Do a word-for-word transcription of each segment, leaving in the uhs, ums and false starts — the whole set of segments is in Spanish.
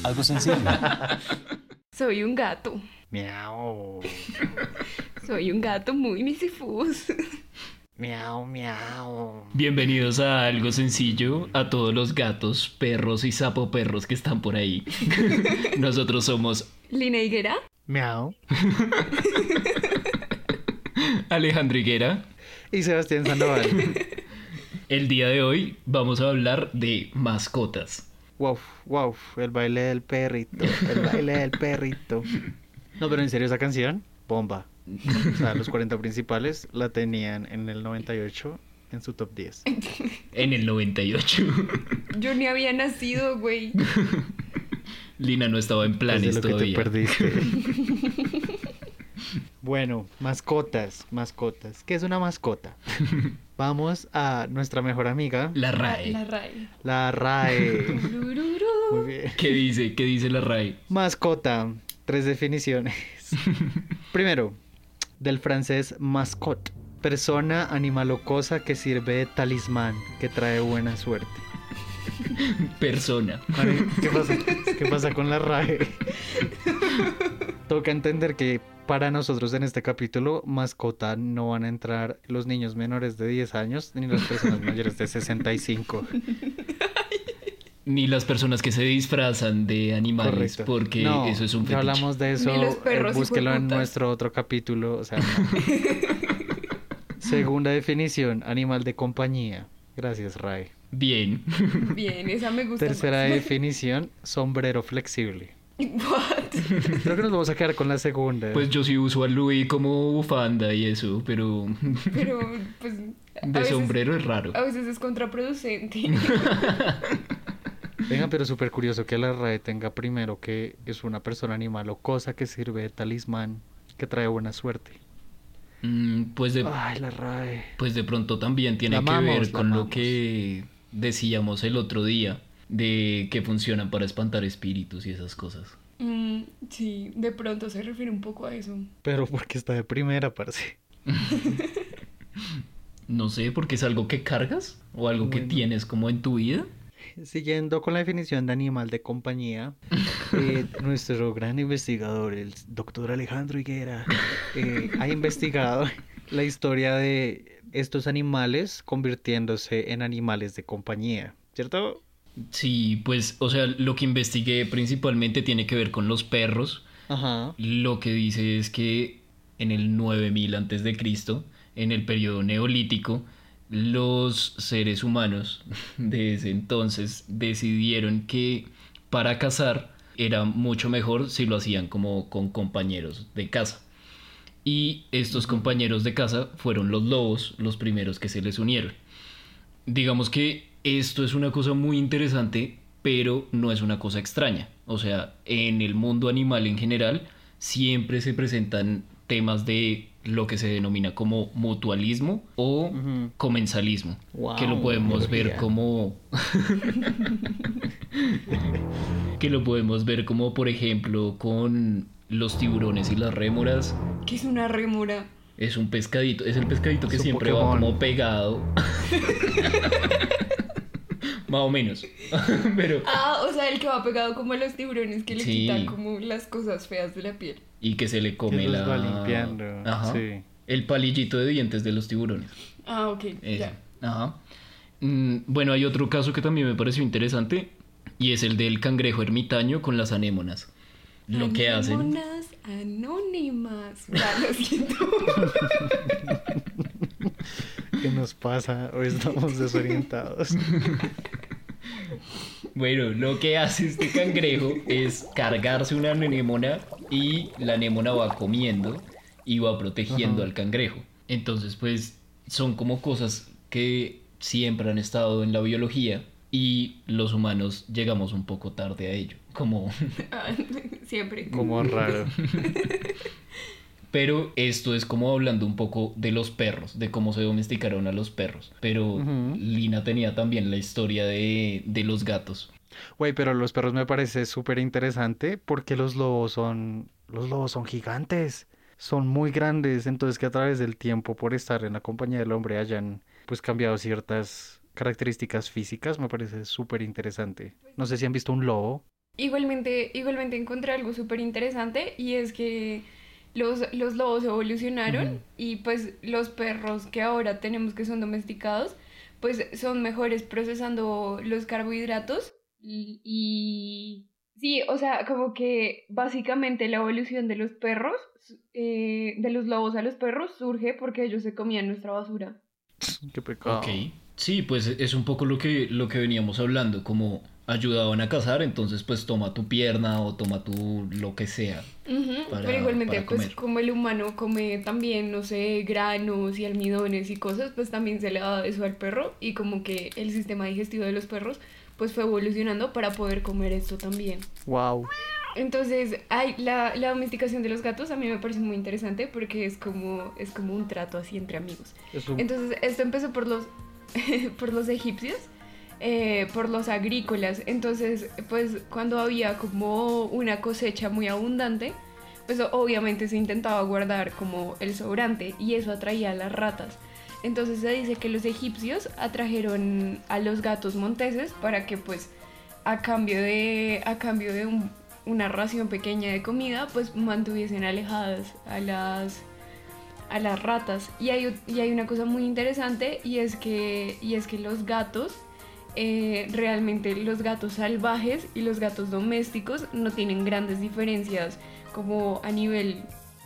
algo sencillo. Soy un gato. Miau. Soy un gato muy misifus. Miau, miau. Bienvenidos a Algo Sencillo, a todos los gatos, perros y sapoperros que están por ahí. Nosotros somos Lina Higuera. Miau. Alejandro Higuera. Y Sebastián Sandoval. El día de hoy vamos a hablar de mascotas. Wow, wow, el baile del perrito, el baile del perrito. No, pero en serio, esa canción, bomba. O sea, los cuarenta principales la tenían en el noventa y ocho en su top diez. En el noventa y ocho. Yo ni había nacido, güey. Lina no estaba en planes Es de lo que todavía. te perdiste. Bueno, mascotas, mascotas. ¿Qué es una mascota? Vamos a nuestra mejor amiga, La RAE. La RAE. la R A E. Tururú. Muy bien. ¿Qué dice? ¿Qué dice la RAE? Mascota, tres definiciones. Primero, del francés mascotte, persona, animal o cosa que sirve de talismán, que trae buena suerte. Persona. Mari, ¿Qué pasa? ¿Qué pasa con la R A E? Toca entender que para nosotros en este capítulo, mascota no van a entrar los niños menores de diez años ni las personas mayores de sesenta y cinco. Ni las personas que se disfrazan de animales, Correcto. porque No, eso es un ya fetiche. hablamos de eso, Ni los perros, eh, búsquelo en hijueputas. nuestro otro capítulo, o sea, no. Segunda definición, animal de compañía. Gracias, Ray. Bien. Bien, esa me gusta. Tercera más. definición, sombrero flexible. What? Creo que nos vamos a quedar con la segunda. Pues yo sí uso a Louis como bufanda y eso, pero Pero, pues. a de veces- sombrero es raro. A veces es contraproducente. Venga, pero súper curioso que la R A E tenga primero que es una persona, animal o cosa que sirve de talismán, que trae buena suerte. Mm, pues de Ay, la R A E. Pues de pronto también tiene La que amamos, ver la con lo amamos. que decíamos el otro día, de que funcionan para espantar espíritus y esas cosas. Mm, sí, de pronto se refiere un poco a eso. Pero porque está de primera, parce. No sé, porque es algo que cargas o algo que Bueno. tienes como en tu vida. Siguiendo con la definición de animal de compañía, eh, nuestro gran investigador, el doctor Alejandro Higuera, eh, ha investigado la historia de estos animales convirtiéndose en animales de compañía, ¿cierto? Sí, pues, o sea, lo que investigué principalmente tiene que ver con los perros. Ajá. Lo que dice es que en el nueve mil antes de Cristo, en el periodo neolítico, los seres humanos de ese entonces decidieron que para cazar era mucho mejor si lo hacían como con compañeros de caza. Y estos compañeros de caza fueron los lobos los primeros que se les unieron. Digamos que esto es una cosa muy interesante, pero no es una cosa extraña. O sea, en el mundo animal en general siempre se presentan temas de lo que se denomina como mutualismo o Ujú. comensalismo, Wow, que lo podemos ver biología. como que lo podemos ver como por ejemplo con los tiburones y las rémoras. ¿Qué es una rémora? Es un pescadito, es el pescadito que Es un siempre va Pokémon. como pegado. Más o menos. Pero Ah, o sea, el que va pegado como a los tiburones que le Sí. quitan como las cosas feas de la piel. y que se le come Que los la va limpiando, Ajá. sí. El palillito de dientes de los tiburones. Ah, ok, Ese. ya. Ajá. Mm, bueno, hay otro caso que también me pareció interesante y es el del cangrejo ermitaño con las anémonas. Lo que hacen. Anémonas anónimas. Ya, lo siento. ¿Qué nos pasa? Hoy estamos desorientados. Bueno, lo que hace este cangrejo es cargarse una anémona y la anémona va comiendo y va protegiendo Ajá. al cangrejo. Entonces, pues, son como cosas que siempre han estado en la biología y los humanos llegamos un poco tarde a ello. Como... Ah, siempre. Como raro. Pero esto es como hablando un poco de los perros, de cómo se domesticaron a los perros. Pero Ujú. Lina tenía también la historia de, de los gatos. Güey, pero los perros me parece súper interesante porque los lobos son, los lobos son gigantes, son muy grandes, entonces que a través del tiempo, por estar en la compañía del hombre, hayan pues cambiado ciertas características físicas, me parece súper interesante. No sé si han visto un lobo. Igualmente, igualmente encontré algo súper interesante y es que los, los lobos evolucionaron Ujú. y pues los perros que ahora tenemos que son domesticados, pues son mejores procesando los carbohidratos y, y sí, o sea, como que básicamente la evolución de los perros, eh, de los lobos a los perros surge porque ellos se comían nuestra basura. Qué Ok, pecado. sí, pues es un poco lo que, lo que veníamos hablando, como ayudaban a cazar, entonces pues toma tu pierna o toma tu lo que sea Ujú, pero para, igualmente, para pues comer. como el humano come también, no sé, granos y almidones y cosas, pues también se le da eso al perro y como que el sistema digestivo de los perros pues fue evolucionando para poder comer esto también. Wow. Entonces, hay, la, la domesticación de los gatos a mí me parece muy interesante porque es como, es como un trato así entre amigos. Es un... Entonces, esto empezó por los, por los egipcios, eh, por los agrícolas. Entonces, pues cuando había como una cosecha muy abundante, pues obviamente se intentaba guardar como el sobrante y eso atraía a las ratas. Entonces se dice que los egipcios atrajeron a los gatos monteses para que pues a cambio de, a cambio de un- una ración pequeña de comida, pues mantuviesen alejadas a las, a las ratas. Y hay, y hay una cosa muy interesante y es que, y es que los gatos, eh, realmente los gatos salvajes y los gatos domésticos no tienen grandes diferencias como a nivel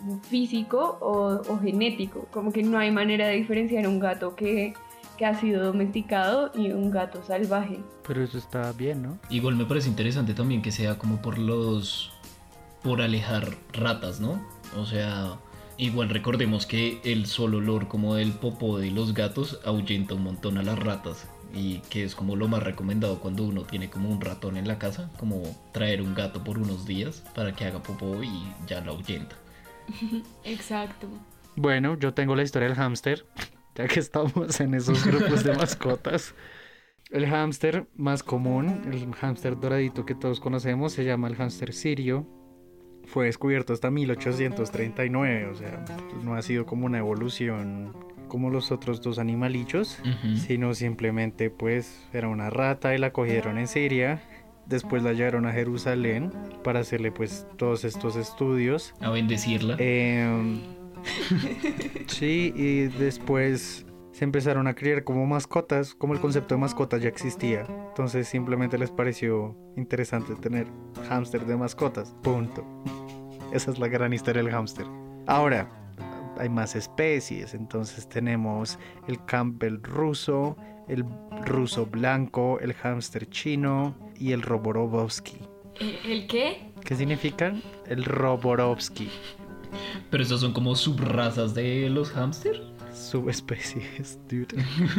físico o, o genético, como que no hay manera de diferenciar un gato que, que ha sido domesticado y un gato salvaje. Pero eso está bien, ¿no? Igual me parece interesante también que sea como por los, por alejar ratas, ¿no? O sea, igual recordemos que el solo olor como del popó de los gatos ahuyenta un montón a las ratas y que es como lo más recomendado cuando uno tiene como un ratón en la casa, como traer un gato por unos días para que haga popó y ya lo ahuyenta. Exacto. Bueno, yo tengo la historia del hámster, ya que estamos en esos grupos de mascotas. El hámster más común, el hámster doradito que todos conocemos, se llama el hámster sirio. Fue descubierto hasta mil ochocientos treinta y nueve, o sea, no ha sido como una evolución como los otros dos animalitos, Ujú. sino simplemente pues era una rata y la cogieron en Siria. Después la llevaron a Jerusalén para hacerle pues todos estos estudios. A bendecirla. Em, sí, y después se empezaron a criar como mascotas, como el concepto de mascota ya existía. Entonces simplemente les pareció interesante tener hámster de mascotas. Punto. Esa es la gran historia del hámster. Ahora, hay más especies. Entonces tenemos el Campbell ruso, el ruso blanco, el hámster chino y el Roborovsky. ¿El, el qué? ¿Qué significan? El Roborovsky. Pero estos son como subrazas de los hámster. Subespecies, dude.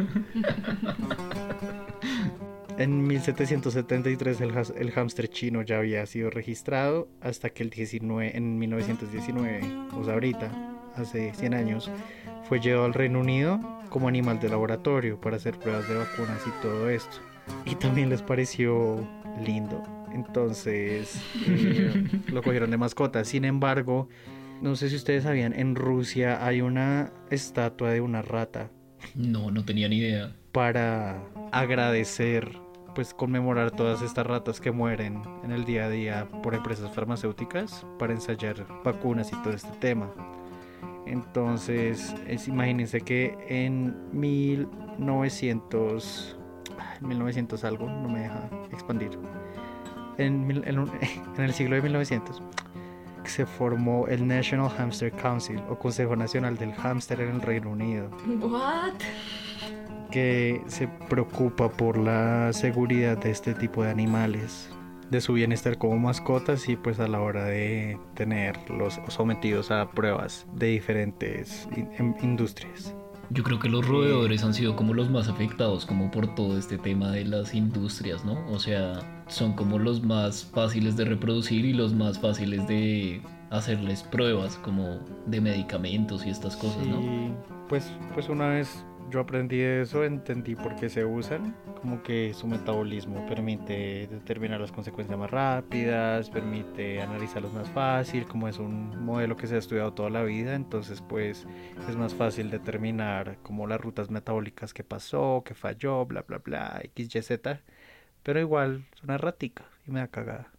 En mil setecientos setenta y tres el, el hámster chino ya había sido registrado hasta que el diecinueve, en mil novecientos diecinueve, o sea ahorita, hace cien años, fue llevado al Reino Unido como animal de laboratorio para hacer pruebas de vacunas y todo esto. Y también les pareció lindo. Entonces eh, lo cogieron de mascota. Sin embargo, no sé si ustedes sabían, en Rusia hay una estatua de una rata No, no tenía ni idea. para agradecer, pues conmemorar todas estas ratas que mueren en el día a día por empresas farmacéuticas para ensayar vacunas y todo este tema. Entonces, es, imagínense que en mil novecientos, mil novecientos algo, no me deja expandir, en, mil- en un- en el siglo de mil novecientos se formó el National Hamster Council o Consejo Nacional del Hámster en el Reino Unido, What? que se preocupa por la seguridad de este tipo de animales, de su bienestar como mascotas y pues a la hora de tenerlos sometidos a pruebas de diferentes in- em- industrias. Yo creo que los Eh, roedores han sido como los más afectados como por todo este tema de las industrias, ¿no? O sea, son como los más fáciles de reproducir y los más fáciles de hacerles pruebas como de medicamentos y estas cosas, ¿no? sí, pues, pues una vez yo aprendí de eso, entendí por qué se usan, como que su metabolismo permite determinar las consecuencias más rápidas, permite analizarlos más fácil, como es un modelo que se ha estudiado toda la vida, entonces pues es más fácil determinar como las rutas metabólicas que pasó, que falló, bla bla bla, X, Y, Z, pero igual es una ratica y me da cagada.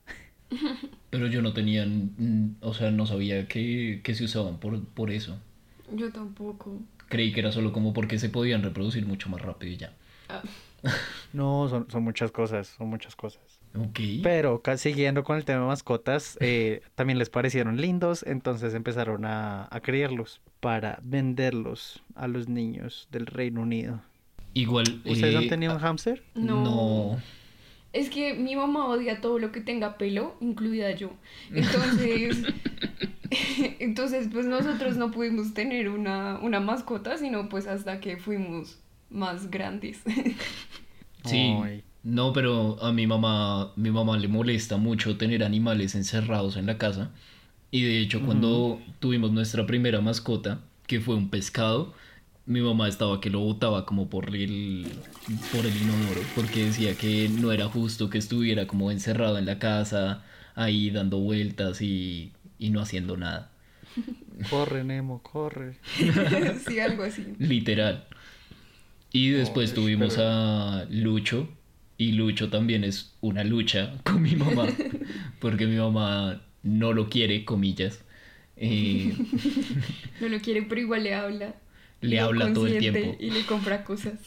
Pero yo no tenía, mm, o sea, no sabía que, que se usaban por, por eso. Yo tampoco. Creí que era solo como porque se podían reproducir mucho más rápido y ya. Ah, No, son, son muchas cosas, son muchas cosas. Ok. Pero ca- siguiendo con el tema de mascotas, eh, también les parecieron lindos, entonces empezaron a, a criarlos para venderlos a los niños del Reino Unido. Igual, ¿Ustedes han eh, tenido un ah, hámster? no. no. Es que mi mamá odia todo lo que tenga pelo, incluida yo. Entonces, entonces pues nosotros no pudimos tener una, una mascota, sino pues hasta que fuimos más grandes. Sí, Ay, no, pero a mi mamá, mi mamá le molesta mucho tener animales encerrados en la casa. Y de hecho, ujú. cuando tuvimos nuestra primera mascota, que fue un pescado, mi mamá estaba que lo botaba como por el, por el inodoro, porque decía que no era justo que estuviera como encerrado en la casa, ahí dando vueltas y, y no haciendo nada. Corre, Nemo, corre. Sí, algo así. Literal. Y después Ay, tuvimos pero a Lucho. Y Lucho también es una lucha con mi mamá. Porque mi mamá no lo quiere, comillas. Eh, No lo quiere, pero igual le habla. Y le lo habla todo el consiente tiempo. y le compra cosas.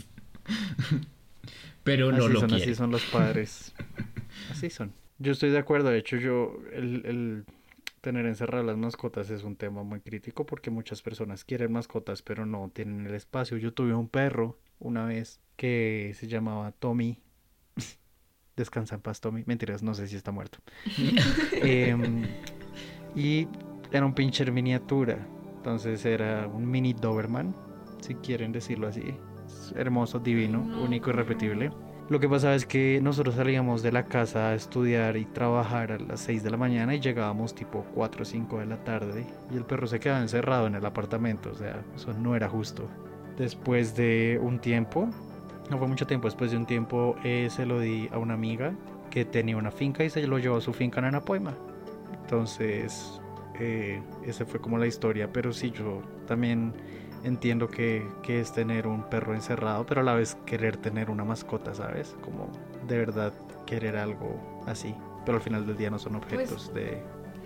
Pero no así lo son, así quiere. son los padres. Así son. Yo estoy de acuerdo, de hecho yo, el, el tener encerradas las mascotas es un tema muy crítico porque muchas personas quieren mascotas pero no tienen el espacio. Yo tuve un perro una vez que se llamaba Tommy. Descansa en paz, Tommy. Mentiras, no sé si está muerto. Em, y era un pincher miniatura. Entonces era un mini Doberman, si quieren decirlo así. Es hermoso, Ay, divino, no, único y qué horror. repetible. Lo que pasaba es que nosotros salíamos de la casa a estudiar y trabajar a las seis de la mañana y llegábamos tipo cuatro o cinco de la tarde y el perro se quedaba encerrado en el apartamento, o sea, eso no era justo. Después de un tiempo, no fue mucho tiempo, después de un tiempo eh, se lo di a una amiga que tenía una finca y se lo llevó a su finca en Anapoima. Entonces, eh, esa fue como la historia, pero sí, yo también entiendo que, que es tener un perro encerrado, pero a la vez querer tener una mascota, ¿sabes? Como de verdad querer algo así, pero al final del día no son Pues, objetos de,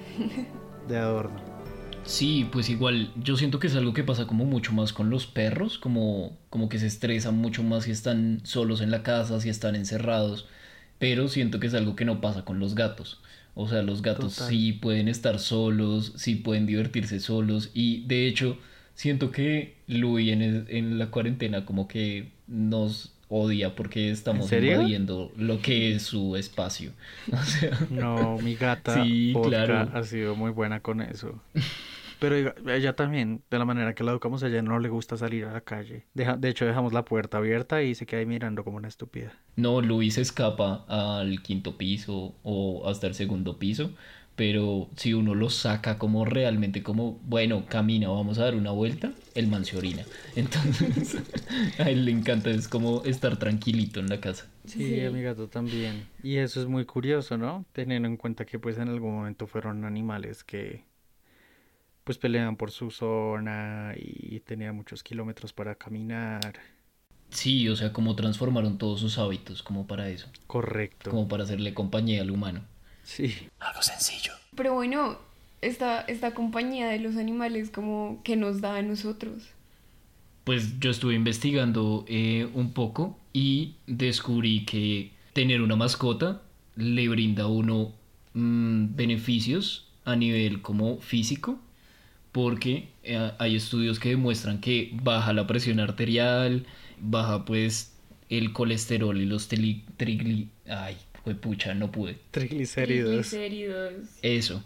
de adorno. Sí, pues igual, yo siento que es algo que pasa como mucho más con los perros, como, como que se estresan mucho más si están solos en la casa, si están encerrados, pero siento que es algo que no pasa con los gatos. O sea, los gatos Total. sí pueden estar solos, sí pueden divertirse solos y de hecho siento que Louis en, el- en la cuarentena como que nos odia porque ¿En estamos serio? invadiendo lo que es su espacio. O sea, No, mi gata sí, vodka claro. ha sido muy buena con eso. Pero ella ella también, de la manera que la educamos, a ella no le gusta salir a la calle. Deja- de hecho, dejamos la puerta abierta y se queda ahí mirando como una estúpida. No, Luis escapa al quinto piso o hasta el segundo piso, pero si uno lo saca como realmente como, bueno, camina, vamos a dar una vuelta, el man se orina. Entonces, a él le encanta, es como estar tranquilito en la casa. Sí, a mi sí. gato también. Y eso es muy curioso, ¿no? Teniendo en cuenta que pues en algún momento fueron animales que pues peleaban por su zona y tenían muchos kilómetros para caminar. Sí, o sea, como transformaron todos sus hábitos como para eso, Correcto. como para hacerle compañía al humano. Sí. Algo sencillo. Pero bueno, esta, esta compañía de los animales como que nos da a nosotros. Pues yo estuve investigando eh, un poco y descubrí que tener una mascota le brinda a uno mm, beneficios a nivel como físico, porque eh, hay estudios que demuestran que baja la presión arterial, baja pues el colesterol y los teli- trigli... Ay, pucha, no pude. Triglicéridos. Triglicéridos. Eso.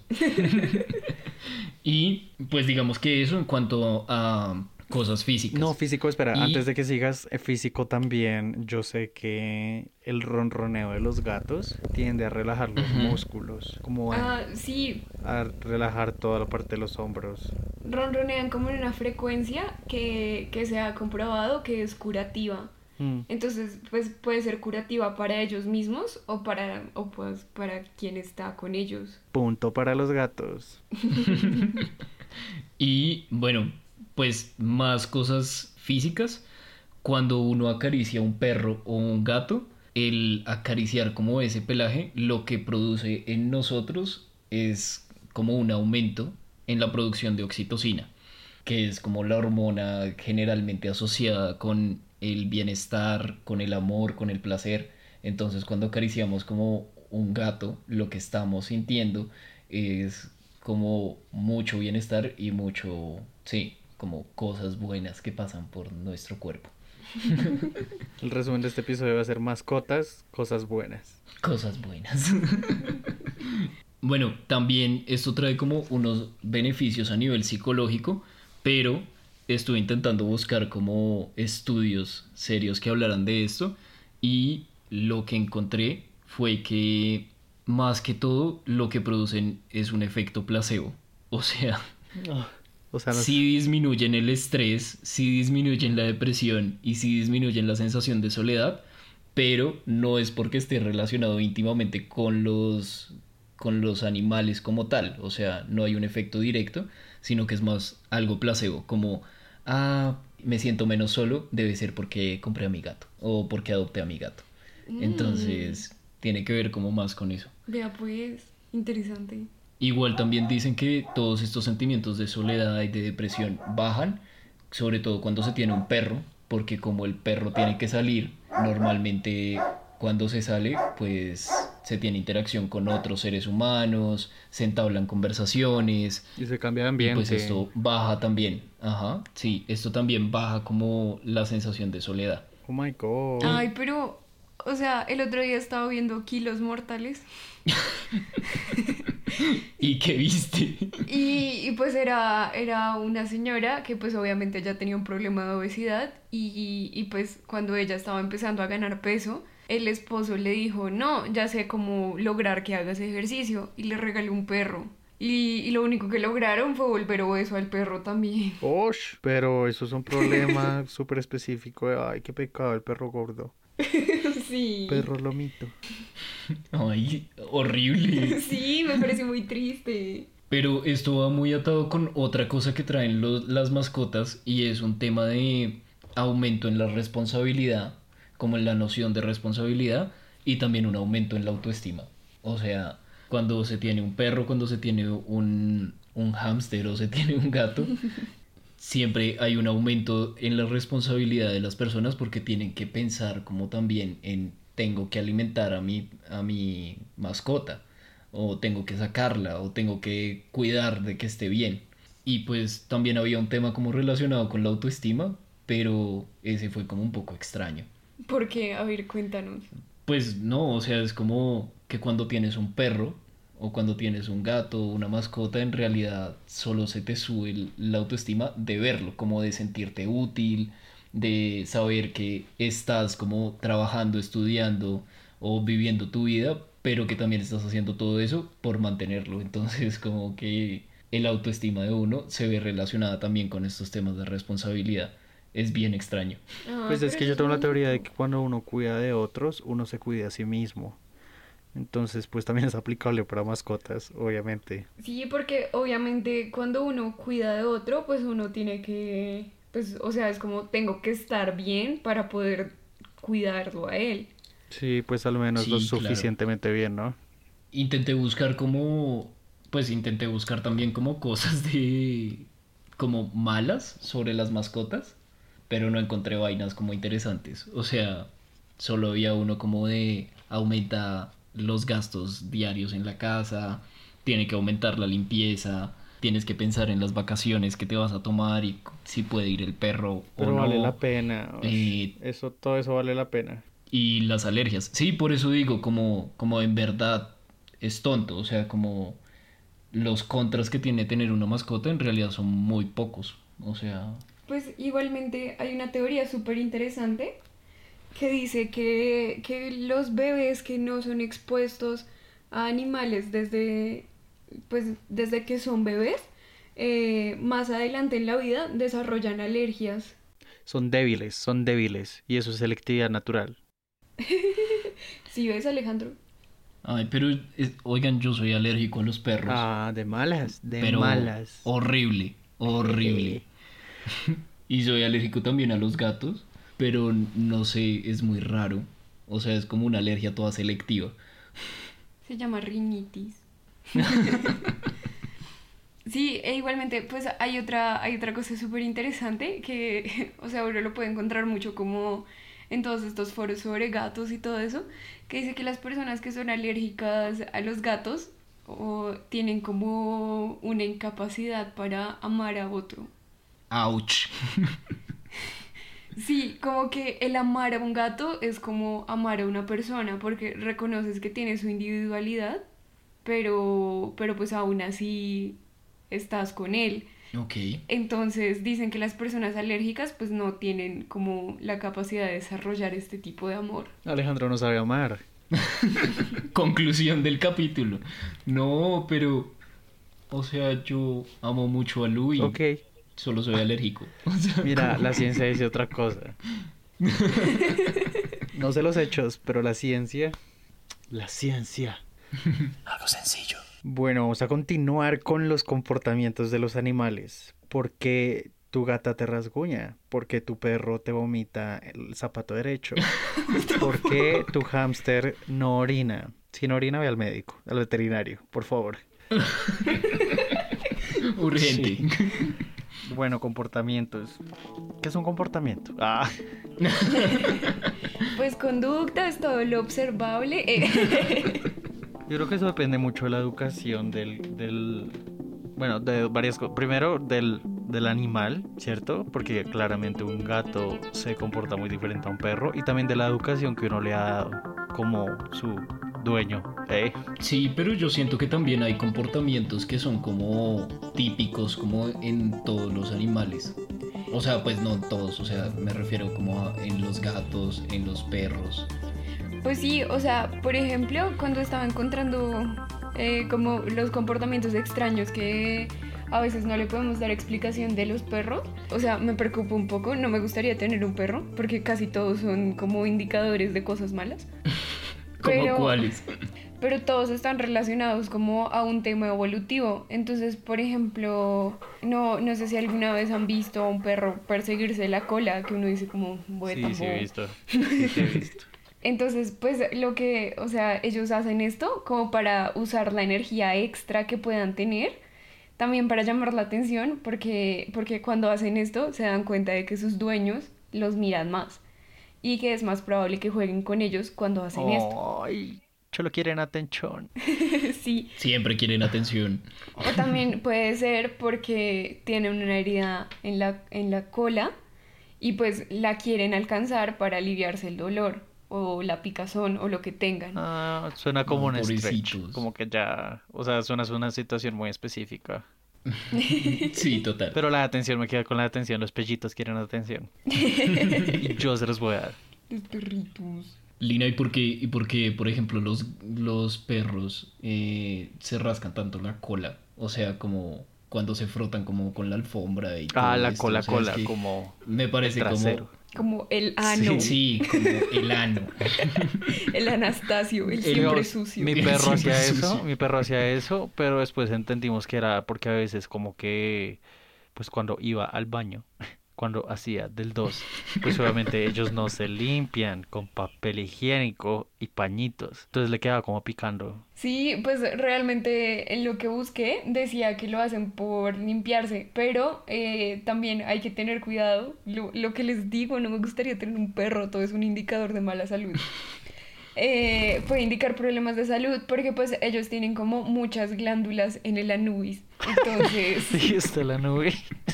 Y pues digamos que eso en cuanto a cosas No, físicas. físico, espera, antes Y de que sigas, eh, físico también, yo sé que el ronroneo de los gatos tiende a relajar los ujú, músculos, como a, Ah, sí, a relajar toda la parte de los hombros. ronronean como en una frecuencia que, que se ha comprobado que es curativa. Mm, Entonces, pues puede ser curativa para ellos mismos o para, o pues para quien está con ellos. punto para los gatos. y bueno, pues más cosas físicas. Cuando uno acaricia a un perro o un gato, el acariciar como ese pelaje lo que produce en nosotros es como un aumento en la producción de oxitocina, que es como la hormona generalmente asociada con el bienestar, con el amor, con el placer. Entonces cuando acariciamos como un gato, lo que estamos sintiendo es como mucho bienestar y mucho, sí, como cosas buenas que pasan por nuestro cuerpo. El resumen de este episodio va a ser mascotas, cosas buenas. Cosas buenas. Bueno, también esto trae como unos beneficios a nivel psicológico, pero estuve intentando buscar como estudios serios que hablaran de esto y lo que encontré fue que más que todo lo que producen es un efecto placebo. O sea, Oh, o sea, no sí disminuyen el estrés, sí disminuyen la depresión y sí disminuyen la sensación de soledad, pero no es porque esté relacionado íntimamente con los, con los animales como tal. O sea, no hay un efecto directo, sino que es más algo placebo, como, ah, me siento menos solo, debe ser porque compré a mi gato o porque adopté a mi gato. Mm, Entonces, tiene que ver como más con eso. vea pues, interesante. Igual también dicen que todos estos sentimientos de soledad y de depresión bajan, sobre todo cuando se tiene un perro, porque como el perro tiene que salir, normalmente cuando se sale, pues se tiene interacción con otros seres humanos, se entablan conversaciones y se cambia de y ambiente. pues esto baja también. Ajá, sí, esto también baja como la sensación de soledad. Oh my god. Ay, pero, o sea, el otro día estaba viendo Kilos Mortales ¿Y qué viste? y, y pues era, era una señora que pues obviamente ya tenía un problema de obesidad y, y pues cuando ella estaba empezando a ganar peso, el esposo le dijo, no, ya sé cómo lograr que hagas ejercicio y le regaló un perro. Y, y lo único que lograron fue volver obeso al perro también. Osh, pero eso es un problema súper específico. de, Ay, qué pecado el perro gordo. Sí. Perro lomito. Ay, horrible. Sí, me pareció muy triste. Pero esto va muy atado con otra cosa que traen los- las mascotas y es un tema de aumento en la responsabilidad, como en la noción de responsabilidad y también un aumento en la autoestima. O sea, cuando se tiene un perro, cuando se tiene un, un hámster o se tiene un gato, siempre hay un aumento en la responsabilidad de las personas porque tienen que pensar como también en tengo que alimentar a mi, a mi mascota o tengo que sacarla o tengo que cuidar de que esté bien. Y pues también había un tema como relacionado con la autoestima, pero ese fue como un poco extraño. ¿Por qué? A ver, cuéntanos. Pues no, o sea, es como que cuando tienes un perro o cuando tienes un gato o una mascota, en realidad solo se te sube el- la autoestima de verlo, como de sentirte útil, de saber que estás como trabajando, estudiando o viviendo tu vida, pero que también estás haciendo todo eso por mantenerlo. Entonces, como que el autoestima de uno se ve relacionada también con estos temas de responsabilidad. Es bien extraño. Ah, Pues es pero que eso yo es tengo la teoría de que bonito. cuando uno cuida de otros, uno se cuida a sí mismo. Entonces, pues también es aplicable para mascotas, obviamente. Sí, porque obviamente cuando uno cuida de otro, pues uno tiene que, pues, o sea, es como tengo que estar bien para poder cuidarlo a él. Sí, pues al menos lo Sí, claro. suficientemente bien, ¿no? Intenté buscar como, pues intenté buscar también como cosas de, como malas sobre las mascotas, pero no encontré vainas como interesantes. O sea, solo había uno como de aumenta los gastos diarios en la casa, tiene que aumentar la limpieza, tienes que pensar en las vacaciones que te vas a tomar y si puede ir el perro o Pero vale la no. pena. Ush, Eh, eso, todo eso vale la pena. y las alergias. Sí, por eso digo, como, como en verdad es tonto, o sea, como los contras que tiene tener una mascota en realidad son muy pocos. O sea, Pues igualmente hay una teoría súper interesante que dice que, que los bebés que no son expuestos a animales desde, pues, desde que son bebés, eh, más adelante en la vida desarrollan alergias. Son débiles, son débiles. Y eso es selectividad natural. ¿Sí ves, Alejandro? ay, pero es- oigan, yo soy alérgico a los perros, Ah, de malas, de pero malas. horrible, horrible. Jeje. Y soy alérgico también a los gatos, pero no sé, es muy raro. O sea, es como una alergia toda selectiva. Se llama rinitis. Sí, e igualmente, pues hay otra, hay otra cosa súper interesante que, o sea, uno lo puede encontrar mucho como en todos estos foros sobre gatos y todo eso, que dice que las personas que son alérgicas a los gatos o tienen como una incapacidad para amar a otro. ¡Auch! Sí, como que el amar a un gato es como amar a una persona, porque reconoces que tiene su individualidad, pero, pero pues aún así estás con él. Ok. Entonces dicen que las personas alérgicas pues no tienen como la capacidad de desarrollar este tipo de amor. Alejandro no sabe amar. Conclusión del capítulo. No, pero... O sea, yo amo mucho a Lu y Ok. solo soy alérgico. O sea, Mira, como- la ciencia dice otra cosa. No sé los hechos, pero la ciencia... La ciencia. Algo sencillo. Bueno, vamos a continuar con los comportamientos de los animales. ¿Por qué tu gata te rasguña? ¿Por qué tu perro te vomita el zapato derecho? ¿Por qué tu hámster no orina? Si no orina, ve al médico, al veterinario, por favor. Urgente. Sí. Bueno, comportamientos. ¿Qué es un comportamiento? Ah, Pues conductas, todo lo observable. eh. yo creo que eso depende mucho de la educación del, del bueno, de varias cosas. Primero, del, del animal, ¿cierto? Porque claramente un gato se comporta muy diferente a un perro. Y también de la educación que uno le ha dado como su dueño, ¿eh? Sí, pero yo siento que también hay comportamientos que son como típicos, como en todos los animales. O sea, pues no en todos, o sea, me refiero como a- en los gatos, en los perros. Pues sí, o sea, por ejemplo, cuando estaba encontrando eh, como los comportamientos extraños que a veces no le podemos dar explicación de los perros, o sea, me preocupa un poco, no me gustaría tener un perro, porque casi todos son como indicadores de cosas malas. ¿Como Pero- cuáles? Pero todos están relacionados como a un tema evolutivo. Entonces, por ejemplo, no, no sé si alguna vez han visto a un perro perseguirse la cola, que uno dice como, "Bue, Sí, tan sí he bobo". visto. Sí, sí he visto. Entonces, pues lo que, o sea, ellos hacen esto como para usar la energía extra que puedan tener, también para llamar la atención, porque, porque cuando hacen esto se dan cuenta de que sus dueños los miran más y que es más probable que jueguen con ellos cuando hacen esto. Ay, solo quieren atención. Sí, Siempre quieren atención. o también puede ser porque tienen una herida en la, en la cola y pues la quieren alcanzar para aliviarse el dolor o la picazón o lo que tengan. Ah, suena como No, un stretch. pobrecitos. Como que ya, o sea, suena a una situación muy específica. Sí, total. Pero la atención, me queda con la atención. Los pellitos quieren atención. Y yo se los voy a dar. Los perritos. Lina, ¿y por qué, y por qué, por ejemplo, los, los perros eh, se rascan tanto la cola? O sea, como cuando se frotan como con la alfombra y todo Ah, la esto, cola, o sea, es cola, que como me parece trasero. como... Como el ano, Sí, como el ano. el Anastasio, el El- siempre Digamos, sucio. Mi El perro siempre hacía eso, sucio. mi perro hacía eso, pero después entendimos que era porque a veces como que, pues cuando iba al baño, cuando hacía del dos, pues obviamente ellos no se limpian con papel higiénico y pañitos, entonces le quedaba como picando. Sí, pues realmente en lo que busqué decía que lo hacen por limpiarse, pero eh, también hay que tener cuidado. Lo, lo que les digo, no me gustaría tener un perro, todo es un indicador de mala salud. Eh, puede indicar problemas de salud porque pues ellos tienen como muchas glándulas en el anubis. Entonces, Sí, está la nube.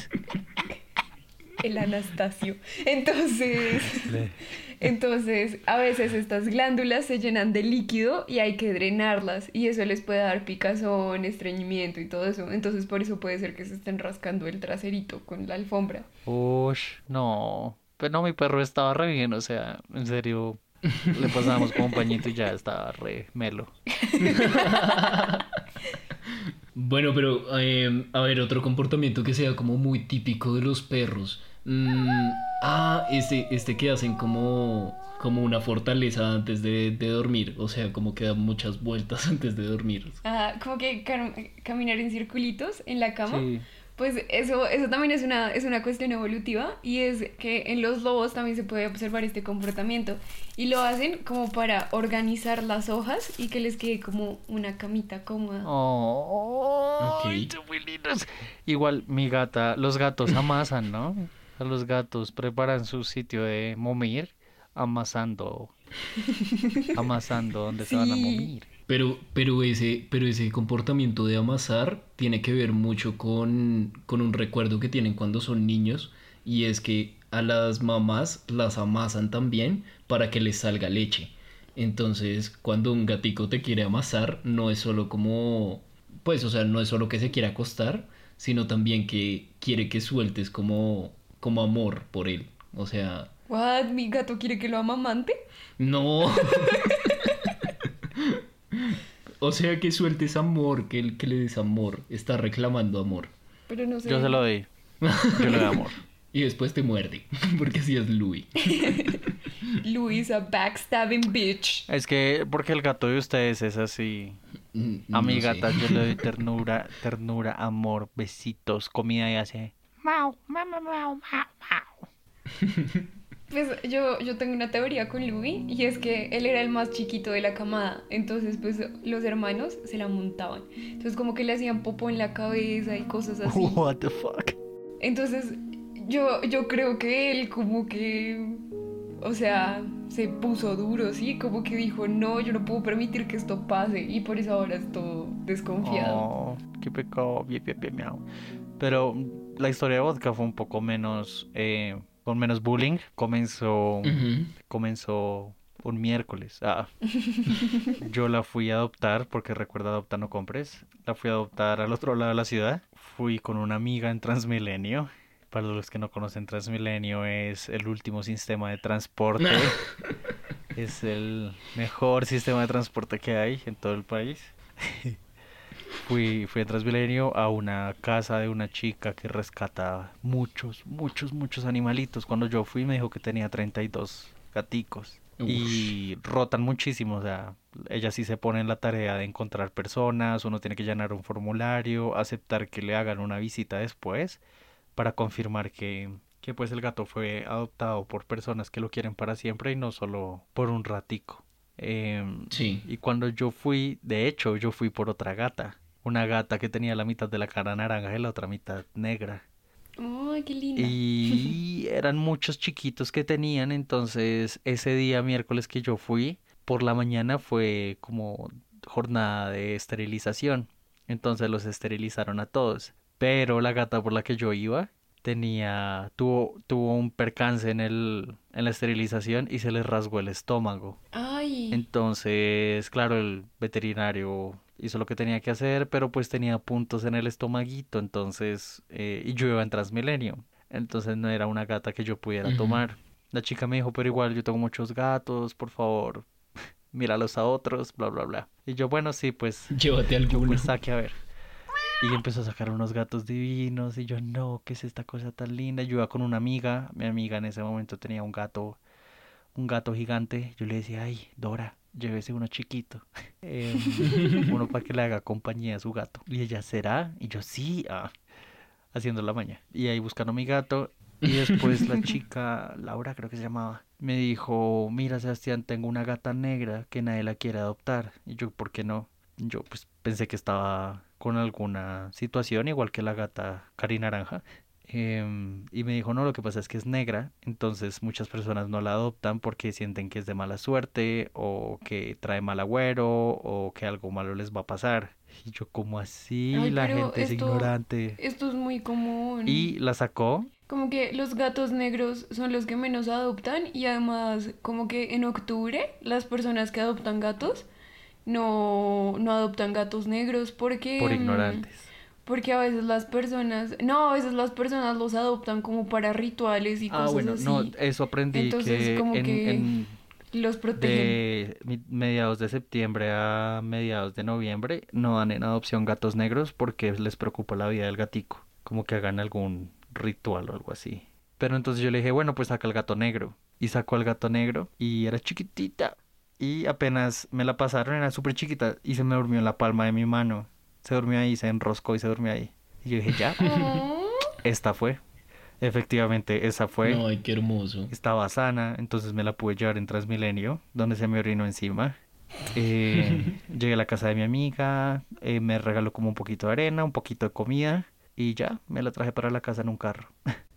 el Anastasio. Entonces, entonces a veces estas glándulas se llenan de líquido y hay que drenarlas y eso les puede dar picazón, estreñimiento y todo eso. Entonces por eso puede ser que se estén rascando el traserito con la alfombra. Ush, no. Pero no, mi perro estaba re bien, o sea, en serio, le pasábamos con un pañito y ya estaba re melo. Bueno, pero eh, a ver, otro comportamiento que sea como muy típico de los perros. Mm, ah, este, este que hacen como, como una fortaleza antes de, de dormir. O sea, como que dan muchas vueltas antes de dormir. Ah, como que cam- caminar en circulitos en la cama. Sí. Pues eso, eso también es una, es una cuestión evolutiva y es que en los lobos también se puede observar este comportamiento y lo hacen como para organizar las hojas y que les quede como una camita cómoda. Oh, Ok. ay, son muy lindos. Igual mi gata, los gatos amasan, ¿no? A los gatos preparan su sitio de momir amasando, amasando donde se van a Sí. momir. Pero, pero, ese, pero ese comportamiento de amasar tiene que ver mucho con, con un recuerdo que tienen cuando son niños y es que a las mamás las amasan también para que les salga leche. Entonces, cuando un gatico te quiere amasar, no es solo como, pues, o sea, no es solo que se quiere acostar, sino también que quiere que sueltes como, como amor por él. O sea, What? ¿Mi gato quiere que lo amamante? no. O sea, que sueltes amor, que, el- que le des amor. Está reclamando amor. Pero no sé. Yo se lo doy. Yo le doy amor. Y después te muerde, porque así es Louis. Luis, a backstabbing bitch. Es que porque el gato de ustedes es así. Mm, A mi no sé. gata yo le doy ternura, ternura, amor, besitos, comida y hace. Mau, mau, mau, mau, mau, mau. Pues yo, yo tengo una teoría con Louis y es que él era el más chiquito de la camada, entonces pues los hermanos se la montaban. Entonces como que le hacían popo en la cabeza y cosas así. What the fuck? Entonces yo, yo creo que él como que, o sea, se puso duro, ¿sí? Como que dijo, no, yo no puedo permitir que esto pase y por eso ahora es todo desconfiado. Oh, qué pecado, bien, bien, bien, miau. Pero la historia de Vodka fue un poco menos, eh, con menos bullying. Comenzó, Ujú. comenzó un miércoles. Ah, yo la fui a adoptar, porque recuerda adoptar no compres. La fui a adoptar al otro lado de la ciudad. Fui con una amiga en Transmilenio. Para los que no conocen, Transmilenio es el último sistema de transporte. Es el mejor sistema de transporte que hay en todo el país. Fui, fui a Transmilenio a una casa de una chica que rescata muchos, muchos, muchos animalitos. Cuando yo fui me dijo que tenía treinta y dos gaticos. Ush. Y rotan muchísimo, o sea, ella sí se pone en la tarea de encontrar personas, uno tiene que llenar un formulario, aceptar que le hagan una visita después para confirmar que, que pues el gato fue adoptado por personas que lo quieren para siempre y no solo por un ratico. Em, Sí. y cuando yo fui, de hecho, yo fui por otra gata. Una gata que tenía la mitad de la cara naranja y la otra mitad negra. Ay, qué linda. Y eran muchos chiquitos que tenían, entonces ese día miércoles que yo fui, por la mañana fue como jornada de esterilización. Entonces los esterilizaron a todos. Pero la gata por la que yo iba tenía, tuvo, tuvo un percance en el, en la esterilización y se le rasgó el estómago. Ay. Entonces, claro, el veterinario hizo lo que tenía que hacer, pero pues tenía puntos en el estomaguito, entonces, eh, y yo iba en Transmilenio, entonces no era una gata que yo pudiera Ujú. tomar. La chica me dijo, pero igual yo tengo muchos gatos, por favor, míralos a otros, bla, bla, bla. Y yo, bueno, sí, pues, Llévate yo alguno. pues saque a ver. Y empezó a sacar unos gatos divinos, y yo, no, ¿qué es esta cosa tan linda? Yo iba con una amiga, mi amiga en ese momento tenía un gato, un gato gigante, yo le decía, ay, Dora, llévese uno chiquito, eh, uno para que le haga compañía a su gato. Y ella, ¿será? Y yo, sí, ah, haciendo la maña. Y ahí buscando a mi gato. Y después la chica, Laura creo que se llamaba, me dijo, mira Sebastián, tengo una gata negra que nadie la quiere adoptar. Y yo, ¿por qué no? Yo pues pensé que estaba con alguna situación, igual que la gata Cari Naranja. Em, y me dijo, no, lo que pasa es que es negra, entonces muchas personas no la adoptan porque sienten que es de mala suerte o que trae mal agüero o que algo malo les va a pasar. Y yo, ¿cómo así? Ay, La pero gente es esto, ignorante. esto es muy común. Y la sacó. Como que los gatos negros son los que menos adoptan y además como que en octubre las personas que adoptan gatos no, no adoptan gatos negros porque, Por mm, ignorantes. porque a veces las personas, no, a veces las personas los adoptan como para rituales y Ah, cosas bueno, no, así. eso aprendí Entonces que como en, que en los protegen. de mi- mediados de septiembre a mediados de noviembre no dan en adopción gatos negros porque les preocupa la vida del gatico, como que hagan algún ritual o algo así. Pero entonces yo le dije, bueno, pues saca el gato negro. Y sacó al gato negro y era chiquitita. Y apenas me la pasaron, era súper chiquita y se me durmió en la palma de mi mano. Se durmió ahí, se enroscó y se durmió ahí. Y yo dije, ya, Oh. esta fue. Efectivamente, esa fue. Ay, qué hermoso. Estaba sana, entonces me la pude llevar en Transmilenio, donde se me orinó encima. Eh, llegué a la casa de mi amiga, eh, me regaló como un poquito de arena, un poquito de comida y ya, me la traje para la casa en un carro.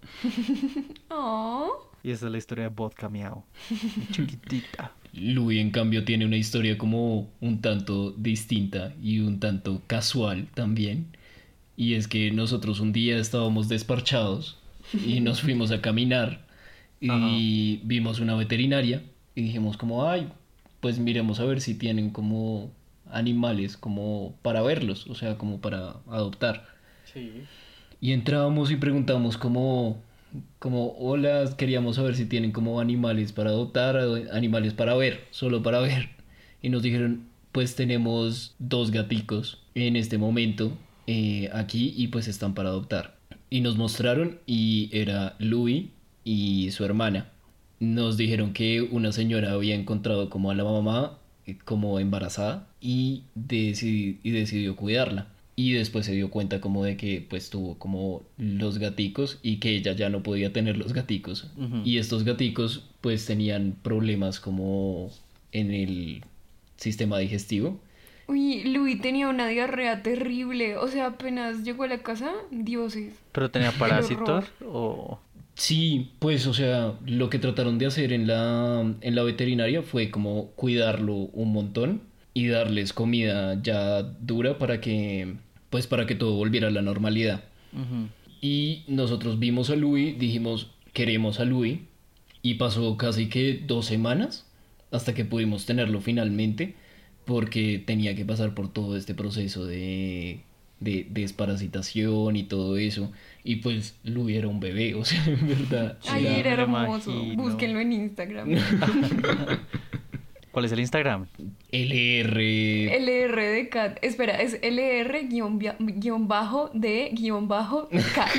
Oh. Y esa es la historia de Vodka Miau, mi chiquitita. Louis, en cambio, tiene una historia como un tanto distinta y un tanto casual también. Y es que nosotros un día estábamos desparchados y nos fuimos a caminar y vimos una veterinaria y dijimos como, ay, pues miremos a ver si tienen como animales como para verlos, o sea, como para adoptar. Sí. Y entrábamos y preguntamos como, como, hola, queríamos saber si tienen como animales para adoptar, o animales para ver, solo para ver. Y nos dijeron, pues tenemos dos gaticos en este momento eh, aquí y pues están para adoptar. Y nos mostraron y era Louis y su hermana. Nos dijeron que una señora había encontrado como a la mamá eh, como embarazada y, decidi- y decidió cuidarla. Y después se dio cuenta como de que pues tuvo como los gaticos y que ella ya no podía tener los gaticos. Ujú. Y estos gaticos pues tenían problemas como en el sistema digestivo. Uy, Luis tenía una diarrea terrible. O sea, apenas llegó a la casa, dioses. ¿Pero tenía horror. parásitos o...? Sí, pues o sea, lo que trataron de hacer en la, en la veterinaria fue como cuidarlo un montón y darles comida ya dura para que pues para que todo volviera a la normalidad. Ujú. Y nosotros vimos a Louis, dijimos, queremos a Louis, y pasó casi que dos semanas hasta que pudimos tenerlo finalmente, porque tenía que pasar por todo este proceso de, de desparasitación y todo eso. Y pues Louis era un bebé, o sea, en verdad. Ay, Sí, era me lo hermoso. imagino. Búsquenlo en Instagram. ¿Cuál es el Instagram? L R... L R de cat. Espera, es L R guión via- guión bajo de guión bajo cat.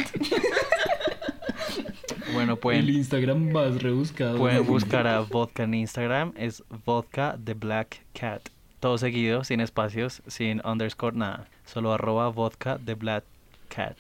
Bueno, El pueden, Instagram más rebuscado. pueden buscar a Vodka en Instagram, es Vodka the Black Cat. Todo seguido, sin espacios, sin underscore, nada. Solo arroba Vodka the Black Cat.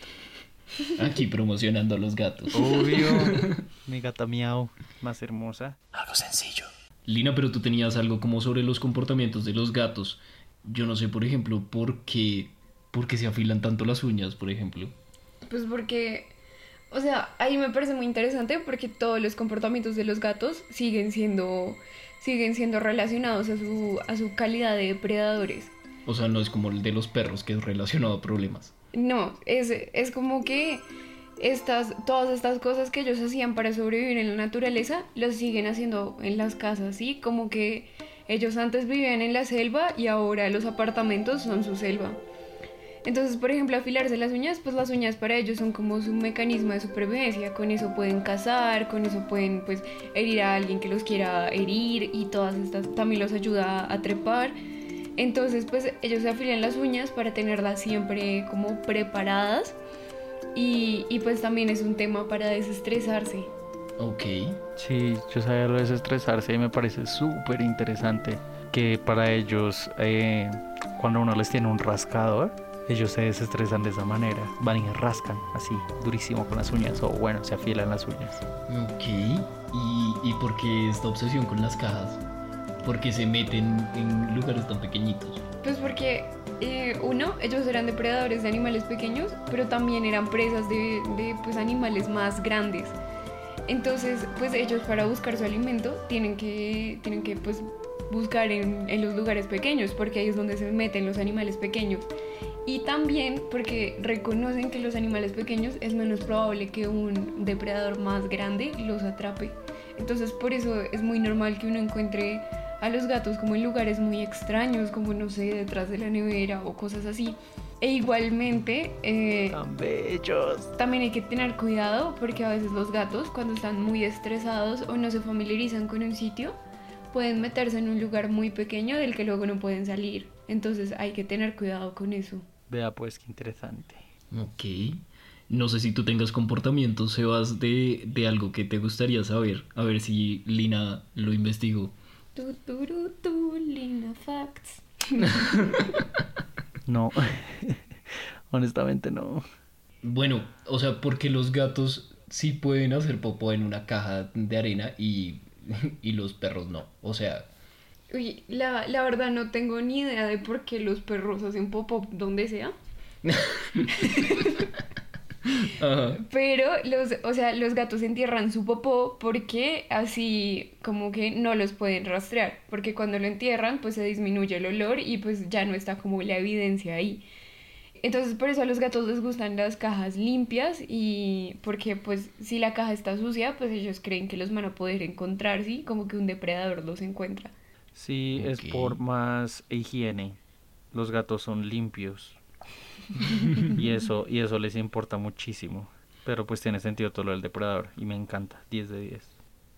Aquí promocionando a los gatos. Obvio, mi gata miau, más hermosa. Algo sencillo. Lina, pero tú tenías algo como sobre los comportamientos de los gatos. Yo no sé, por ejemplo, por qué, por qué se afilan tanto las uñas, por ejemplo. Pues porque, o sea, ahí me parece muy interesante porque todos los comportamientos de los gatos siguen siendo, siguen siendo relacionados a su, a su calidad de depredadores. O sea, no es como el de los perros, que es relacionado a problemas. No, es, es como que estas, todas estas cosas que ellos hacían para sobrevivir en la naturaleza, los siguen haciendo en las casas, ¿sí? Como que ellos antes vivían en la selva y ahora los apartamentos son su selva. Entonces, por ejemplo, afilarse las uñas, pues las uñas para ellos son como su mecanismo de supervivencia. Con eso pueden cazar, con eso pueden pues herir a alguien que los quiera herir y todas estas también los ayuda a trepar. Entonces, pues ellos se afilan las uñas para tenerlas siempre como preparadas y, y pues también es un tema para desestresarse. Ok. Sí, yo sabía lo de desestresarse y me parece súper interesante que para ellos, eh, cuando uno les tiene un rascador, ellos se desestresan de esa manera. Van y rascan así, durísimo con las uñas, o bueno, se afilan las uñas. Ok. ¿Y, y por qué esta obsesión con las cajas? ¿Por qué se meten en lugares tan pequeñitos? Pues porque, eh, uno, ellos eran depredadores de animales pequeños, pero también eran presas de, de pues, animales más grandes. Entonces, pues ellos para buscar su alimento tienen que, tienen que pues, buscar en, en los lugares pequeños, porque ahí es donde se meten los animales pequeños. Y también porque reconocen que los animales pequeños es menos probable que un depredador más grande los atrape. Entonces, por eso es muy normal que uno encuentre a los gatos como en lugares muy extraños, como no sé, detrás de la nevera o cosas así. E igualmente, eh, ¡Tan bellos! también hay que tener cuidado porque a veces los gatos, cuando están muy estresados o no se familiarizan con un sitio, pueden meterse en un lugar muy pequeño del que luego no pueden salir. Entonces hay que tener cuidado con eso. Vea pues, qué interesante. Ok. No sé si tú tengas comportamientos, Sebas, de, de algo que te gustaría saber. A ver si Lina lo investigó. Tu, turu, tu, Lina Facts. No, honestamente no. Bueno, o sea, porque los gatos sí pueden hacer popó en una caja de arena y, y los perros no. O sea, Uy, la, la verdad no tengo ni idea de por qué los perros hacen popó donde sea. ajá. Pero los, o sea, los gatos entierran su popó porque así como que no los pueden rastrear, porque cuando lo entierran pues se disminuye el olor y pues ya no está como la evidencia ahí. Entonces por eso a los gatos les gustan las cajas limpias y porque pues si la caja está sucia pues ellos creen que los van a poder encontrar, ¿sí? Como que un depredador los encuentra. Sí, es Ok. por más higiene. Los gatos son limpios y eso, y eso les importa muchísimo. Pero pues tiene sentido todo lo del depredador y me encanta, diez de diez.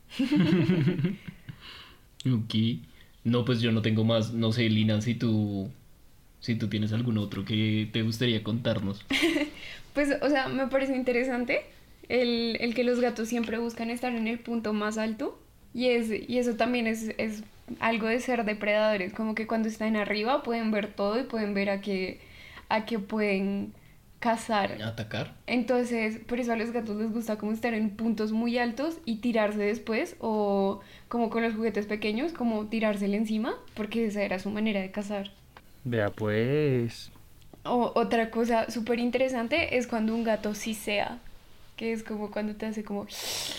Ok. No, pues yo no tengo más. No sé, Lina, si tú, si tú tienes algún otro que te gustaría contarnos. Pues, o sea, me parece interesante el, el que los gatos siempre buscan estar en el punto más alto. Y, es, y eso también es, es algo de ser depredadores, como que cuando están arriba pueden ver todo y pueden ver a qué, a qué pueden cazar. ¿Atacar? Entonces, por eso a los gatos les gusta como estar en puntos muy altos y tirarse después, o como con los juguetes pequeños, como tirársele encima, porque esa era su manera de cazar. Vea pues. O otra cosa súper interesante es cuando un gato sisea, que es como cuando te hace como...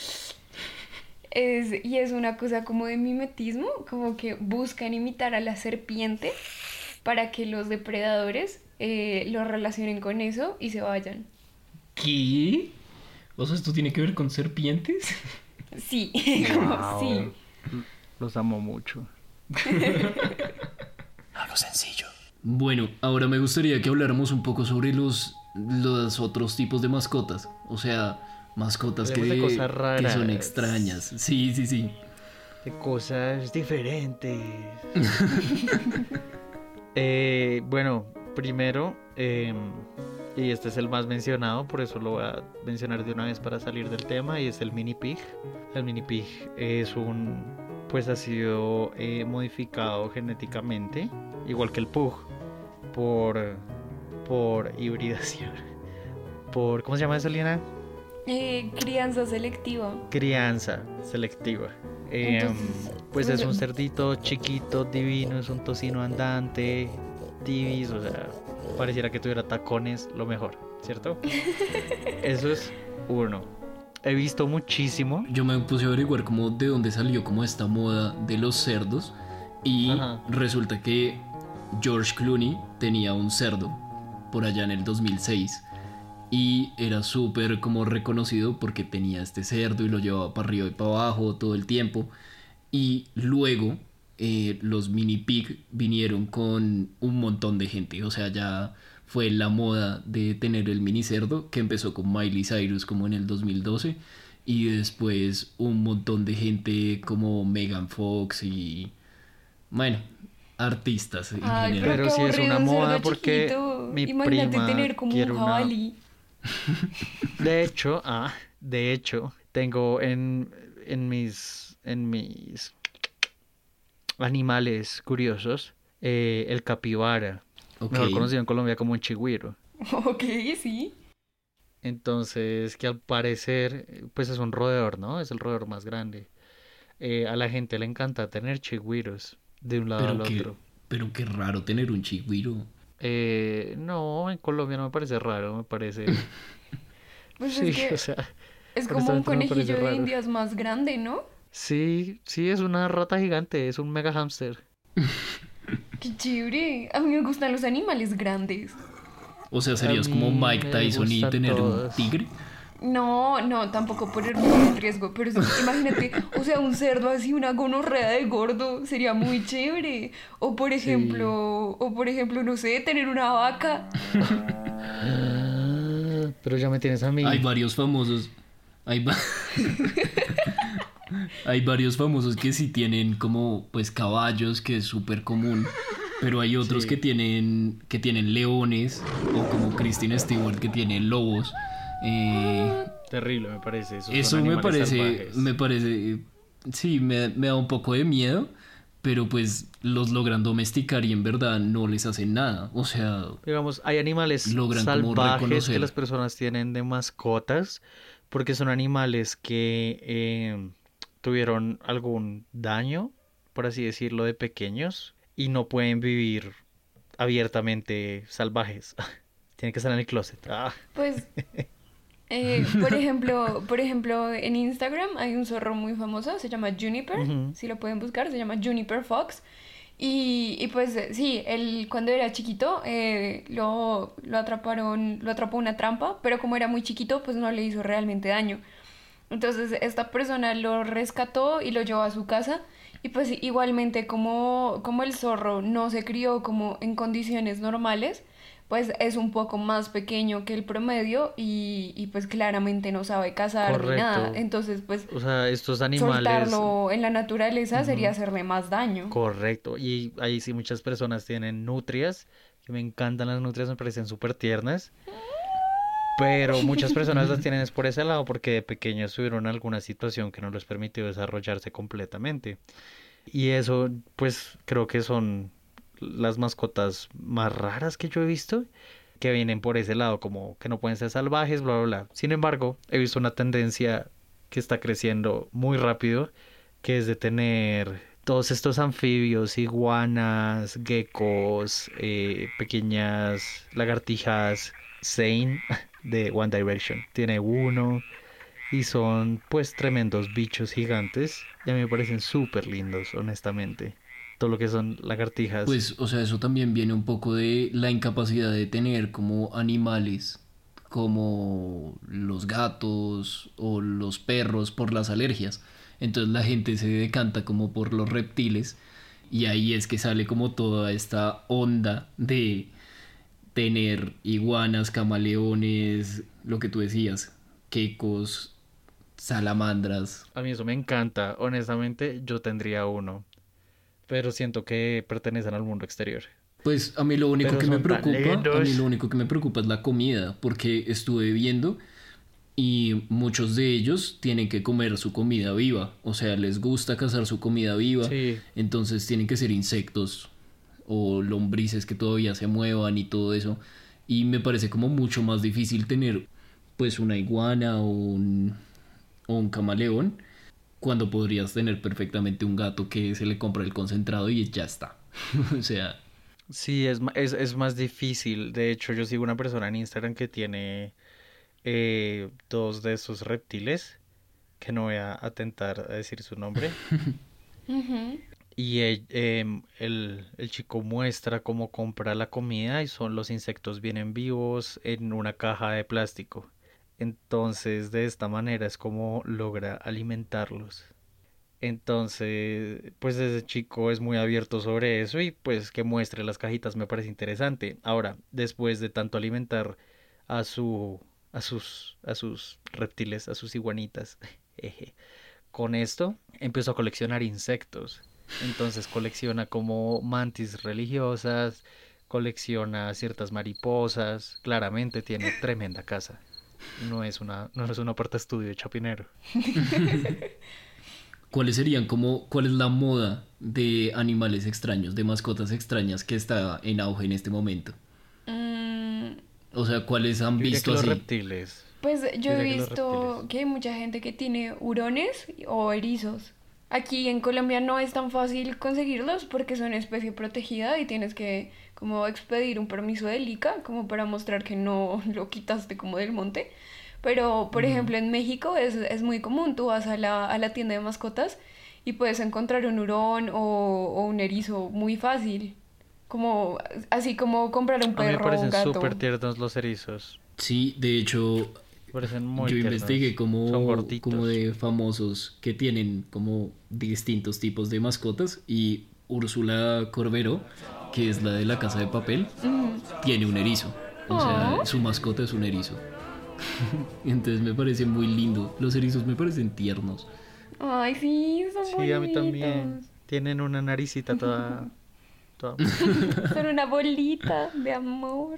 Es, y es una cosa como de mimetismo, como que buscan imitar a la serpiente para que los depredadores eh, lo relacionen con eso y se vayan. ¿Qué? O sea, ¿esto tiene que ver con serpientes? Sí, como sí. Wow. Los amo mucho. Algo sencillo. Bueno, ahora me gustaría que habláramos un poco sobre los, los otros tipos de mascotas. O sea, mascotas que, Hablemos de cosas que son raras. extrañas. Sí, sí, sí. De cosas diferentes. Eh, bueno, primero, eh, y este es el más mencionado, por eso lo voy a mencionar de una vez para salir del tema, y es el mini pig. El mini pig es un, pues ha sido eh, modificado genéticamente, igual que el pug, por, por hibridación, por, ¿cómo se llama eso, Lina? Eh, crianza selectiva. Crianza selectiva. Eh, Entonces, pues es un bueno. cerdito chiquito, divino, es un tocino andante, divis, o sea, pareciera que tuviera tacones, lo mejor, ¿cierto? Eso es uno. He visto muchísimo. Yo me puse a averiguar como de dónde salió como esta moda de los cerdos y Ajá. resulta que George Clooney tenía un cerdo por allá en el dos mil seis y era súper como reconocido porque tenía este cerdo y lo llevaba para arriba y para abajo todo el tiempo y luego eh, los mini pig vinieron con un montón de gente, o sea, ya fue la moda de tener el mini cerdo que empezó con Miley Cyrus como en el dos mil doce y después un montón de gente como Megan Fox y bueno, artistas en Ay, general. Pero qué sí es aburrido una un moda cerdo porque chiquito. mi Imagínate prima tener como quiere un una- jabalí. De hecho, ah, de hecho, tengo en, en mis, en mis animales curiosos eh, el capibara, Ok. mejor conocido en Colombia como un chigüiro. Ok, sí. Entonces, que al parecer, eh, pues es un roedor, ¿no? Es el roedor más grande. Eh, a la gente le encanta tener chigüiros de un lado Pero al qué, otro. pero qué raro tener un chigüiro. Eh, no, en Colombia no me parece raro, me parece... Pues Sí, es que o sea, es como un honestamente no me parece conejillo de raro. indias más grande, ¿no? Sí, sí, es una rata gigante, es un mega hámster. Qué chévere. A mí me gustan los animales grandes. O sea, A serías como mí Mike me Tyson y gustan tener todos. un tigre. No, no, tampoco ponerme en riesgo, pero sí, imagínate, o sea, un cerdo así, una gonorrea de gordo, sería muy chévere. O por ejemplo, o por ejemplo, no sé, tener una vaca. Ah, pero ya me tienes a mí. Hay varios famosos. Hay, va- hay varios famosos que sí tienen como pues caballos, que es súper común. Pero hay otros Sí. que tienen que tienen leones o como Kristen Stewart que tiene lobos. Eh, Terrible, me parece. Esos son Eso me animales parece, salvajes. me parece, sí, me, me da un poco de miedo, pero pues los logran domesticar y en verdad no les hacen nada. O sea, digamos, hay animales logran como salvajes reconocer. que las personas tienen de mascotas porque son animales que eh, tuvieron algún daño, por así decirlo, de pequeños y no pueden vivir abiertamente salvajes. Tienen que estar en el closet. Ah. Pues, eh, por ejemplo, por ejemplo, en Instagram hay un zorro muy famoso, se llama Juniper, Ujú. si lo pueden buscar, se llama Juniper Fox. Y, y pues eh, sí, él cuando era chiquito eh, lo, lo atraparon, lo atrapó una trampa, pero como era muy chiquito, pues no le hizo realmente daño. Entonces esta persona lo rescató y lo llevó a su casa. Y pues igualmente como, como el zorro no se crió como en condiciones normales, pues es un poco más pequeño que el promedio y, y pues claramente no sabe cazar ni nada. Correcto. Entonces pues O sea, estos animales... soltarlo en la naturaleza sería Ujú. hacerle más daño. Correcto. Y ahí sí muchas personas tienen nutrias, que me encantan las nutrias, me parecen súper tiernas. Pero muchas personas las tienen es por ese lado, porque de pequeños tuvieron alguna situación que no les permitió desarrollarse completamente. Y eso, pues, creo que son las mascotas más raras que yo he visto, que vienen por ese lado, como que no pueden ser salvajes, bla, bla, bla. Sin embargo, he visto una tendencia que está creciendo muy rápido, que es de tener todos estos anfibios, iguanas, geckos, eh, pequeñas lagartijas, Zane de One Direction. Tiene uno y son pues tremendos bichos gigantes y a mí me parecen súper lindos, honestamente. Todo lo que son lagartijas. Pues, o sea, eso también viene un poco de la incapacidad de tener como animales, como los gatos o los perros por las alergias. Entonces la gente se decanta como por los reptiles y ahí es que sale como toda esta onda de tener iguanas, camaleones, lo que tú decías, quecos, salamandras. A mí eso me encanta. Honestamente, yo tendría uno. Pero siento que pertenecen al mundo exterior. Pues a mí lo único Pero que me son tan preocupa, a mí lindos. lo único que me preocupa es la comida, porque estuve viendo y muchos de ellos tienen que comer su comida viva, o sea, les gusta cazar su comida viva, Sí, entonces tienen que ser insectos o lombrices que todavía se muevan y todo eso, y me parece como mucho más difícil tener pues una iguana o un, o un camaleón cuando podrías tener perfectamente un gato que se le compra el concentrado y ya está. O sea, sí, es, ma- es, es más difícil. De hecho, yo sigo una persona en Instagram que tiene eh, dos de esos reptiles, que no voy a atentar a decir su nombre. Ujú. Y el, em, el, el chico muestra cómo compra la comida y son los insectos vienen vivos en una caja de plástico. Entonces, de esta manera es como logra alimentarlos. Entonces, pues ese chico es muy abierto sobre eso y pues que muestre las cajitas me parece interesante. Ahora, después de tanto alimentar a su a sus a sus reptiles, a sus iguanitas, jeje, con esto empezó a coleccionar insectos. Entonces colecciona como mantis religiosas, colecciona ciertas mariposas, claramente tiene tremenda casa. No es una no es una aparta estudio de Chapinero. ¿cuáles serían como, cuál es la moda de animales extraños, de mascotas extrañas que está en auge en este momento? Mm, O sea, ¿cuáles han Yo diría que visto los así? reptiles. Pues yo Yo he diría que los visto reptiles. que hay mucha gente que tiene hurones o erizos. Aquí en Colombia no es tan fácil conseguirlos porque son especie protegida y tienes que como expedir un permiso del ICA como para mostrar que no lo quitaste como del monte. Pero, por Ujú. ejemplo, en México es, es muy común, tú vas a la, a la tienda de mascotas y puedes encontrar un hurón o, o un erizo muy fácil. Como, así como comprar un A mí me perro o un parecen súper gato. tiernos los erizos. Sí, de hecho, Me parecen muy yo investigué tiernos. Son como, como gorditos. de famosos que tienen como distintos tipos de mascotas y Úrsula Corberó, que es la de La Casa de Papel, Ujú. tiene un erizo. O sea, Oh. su mascota es un erizo. Entonces me parece muy lindo. Los erizos me parecen tiernos. Ay, sí, son Sí, a mí también. bonitos. Tienen una naricita toda, toda... Son una bolita de amor.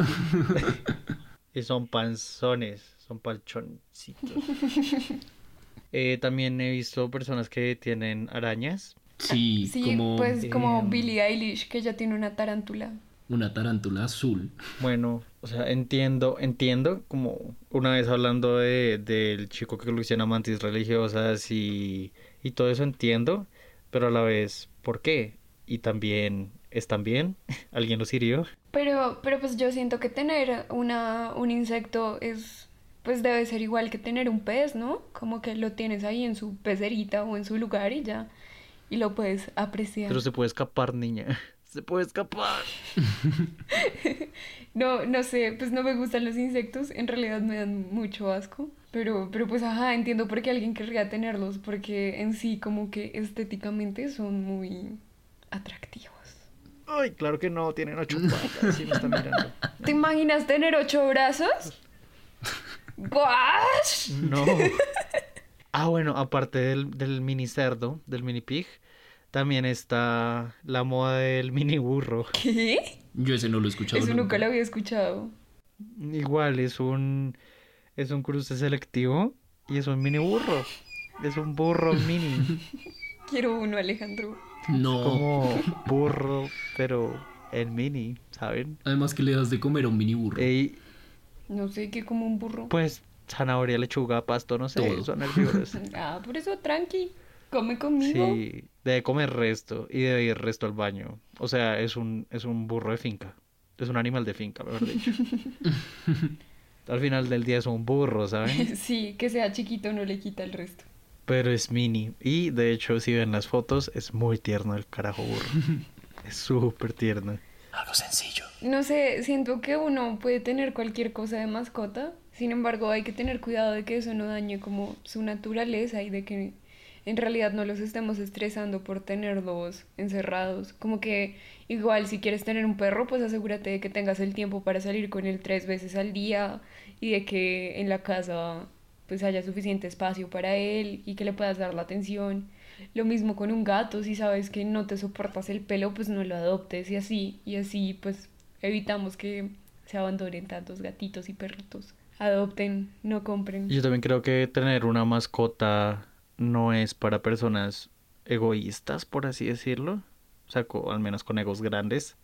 Y son panzones, son palchoncitos. Eh, también he visto personas que tienen arañas Sí, Sí, como pues como Em. Billie Eilish, que ya tiene una tarántula. una tarántula azul. Bueno, o sea, entiendo, entiendo, como una vez hablando de, del chico que colecciona mantis religiosas y, y todo eso entiendo, pero a la vez, ¿por qué? Y también, ¿están bien? ¿Alguien los hirió? Pero, pero pues yo siento que tener una, un insecto es, pues debe ser igual que tener un pez, ¿no? Como que lo tienes ahí en su pecerita o en su lugar y ya, y lo puedes apreciar. Pero se puede escapar, niña. Se puede escapar. No, no sé, pues no me gustan los insectos, en realidad me dan mucho asco, pero, pero pues ajá, entiendo por qué alguien querría tenerlos, porque en sí como que estéticamente son muy atractivos. Ay, claro que no, tienen ocho patas y me está mirando. ¿Te imaginas tener ocho brazos? ¡Guash! No. Ah, bueno, aparte del, del mini cerdo, del mini pig, también está la moda del mini burro. ¿Qué? Yo ese no lo he escuchado Eso nunca lo había escuchado. Igual es un es un cruce selectivo y es un mini burro. Es un burro mini. Quiero uno, Alejandro. No. Como burro, pero en mini, ¿saben? Además que le das de comer a un mini burro. Y No sé, qué como un burro. pues zanahoria, lechuga, pasto, no sé, Todo. son herbívoros. Ah, por eso tranqui. Come conmigo. Sí, debe comer resto y debe ir resto al baño. O sea, es un, es un burro de finca. Es un animal de finca, mejor dicho. Al final del día es un burro, ¿saben? Sí, que sea chiquito no le quita el resto. Pero es mini. Y de hecho, si ven las fotos, es muy tierno el carajo burro. Es súper tierno. Algo sencillo. No sé, siento que uno puede tener cualquier cosa de mascota. Sin embargo, hay que tener cuidado de que eso no dañe como su naturaleza y de que en realidad no los estemos estresando por tenerlos encerrados. Como que igual si quieres tener un perro, pues asegúrate de que tengas el tiempo para salir con él tres veces al día y de que en la casa pues haya suficiente espacio para él y que le puedas dar la atención. Lo mismo con un gato, si sabes que no te soportas el pelo, pues no lo adoptes y así, y así pues evitamos que se abandonen tantos gatitos y perritos. Adopten, no compren. Yo también creo que tener una mascota no es para personas egoístas, por así decirlo. O sea, co- al menos con egos grandes.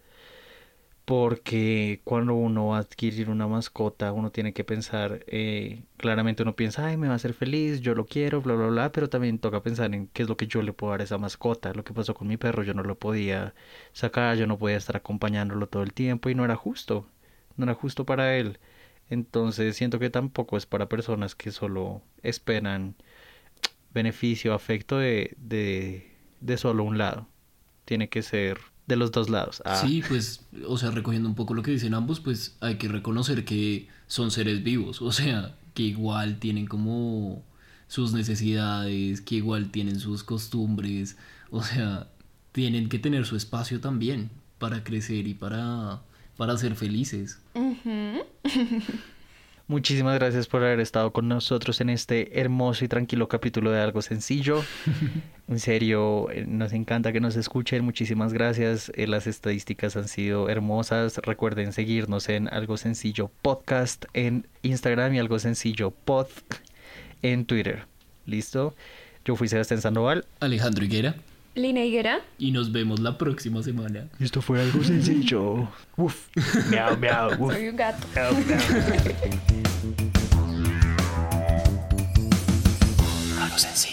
Porque cuando uno va a adquirir una mascota, uno tiene que pensar, eh, claramente uno piensa, ay, me va a hacer feliz, yo lo quiero, bla, bla, bla, pero también toca pensar en qué es lo que yo le puedo dar a esa mascota. Lo que pasó con mi perro, yo no lo podía sacar, yo no podía estar acompañándolo todo el tiempo y no era justo, no era justo para él. Entonces siento que tampoco es para personas que solo esperan beneficio, afecto de, de, de solo un lado. Tiene que ser de los dos lados. Ah. Sí, pues, o sea, recogiendo un poco lo que dicen ambos, pues hay que reconocer que son seres vivos, o sea, que igual tienen como sus necesidades, que igual tienen sus costumbres, o sea, tienen que tener su espacio también para crecer y para, para ser felices. Ujú. Muchísimas gracias por haber estado con nosotros en este hermoso y tranquilo capítulo de Algo Sencillo. En serio, eh, nos encanta que nos escuchen. Muchísimas gracias. Eh, las estadísticas han sido hermosas. Recuerden seguirnos en Algo Sencillo Podcast en Instagram y Algo Sencillo Pod en Twitter. ¿Listo? Yo fui Sebastián Sandoval. Alejandro Higuera, Lina Higuera. y nos vemos la próxima semana. Y esto fue Algo Sencillo. Uf. Miau, miau. Uf. Soy un gato. Miau, miau. Algo sencillo.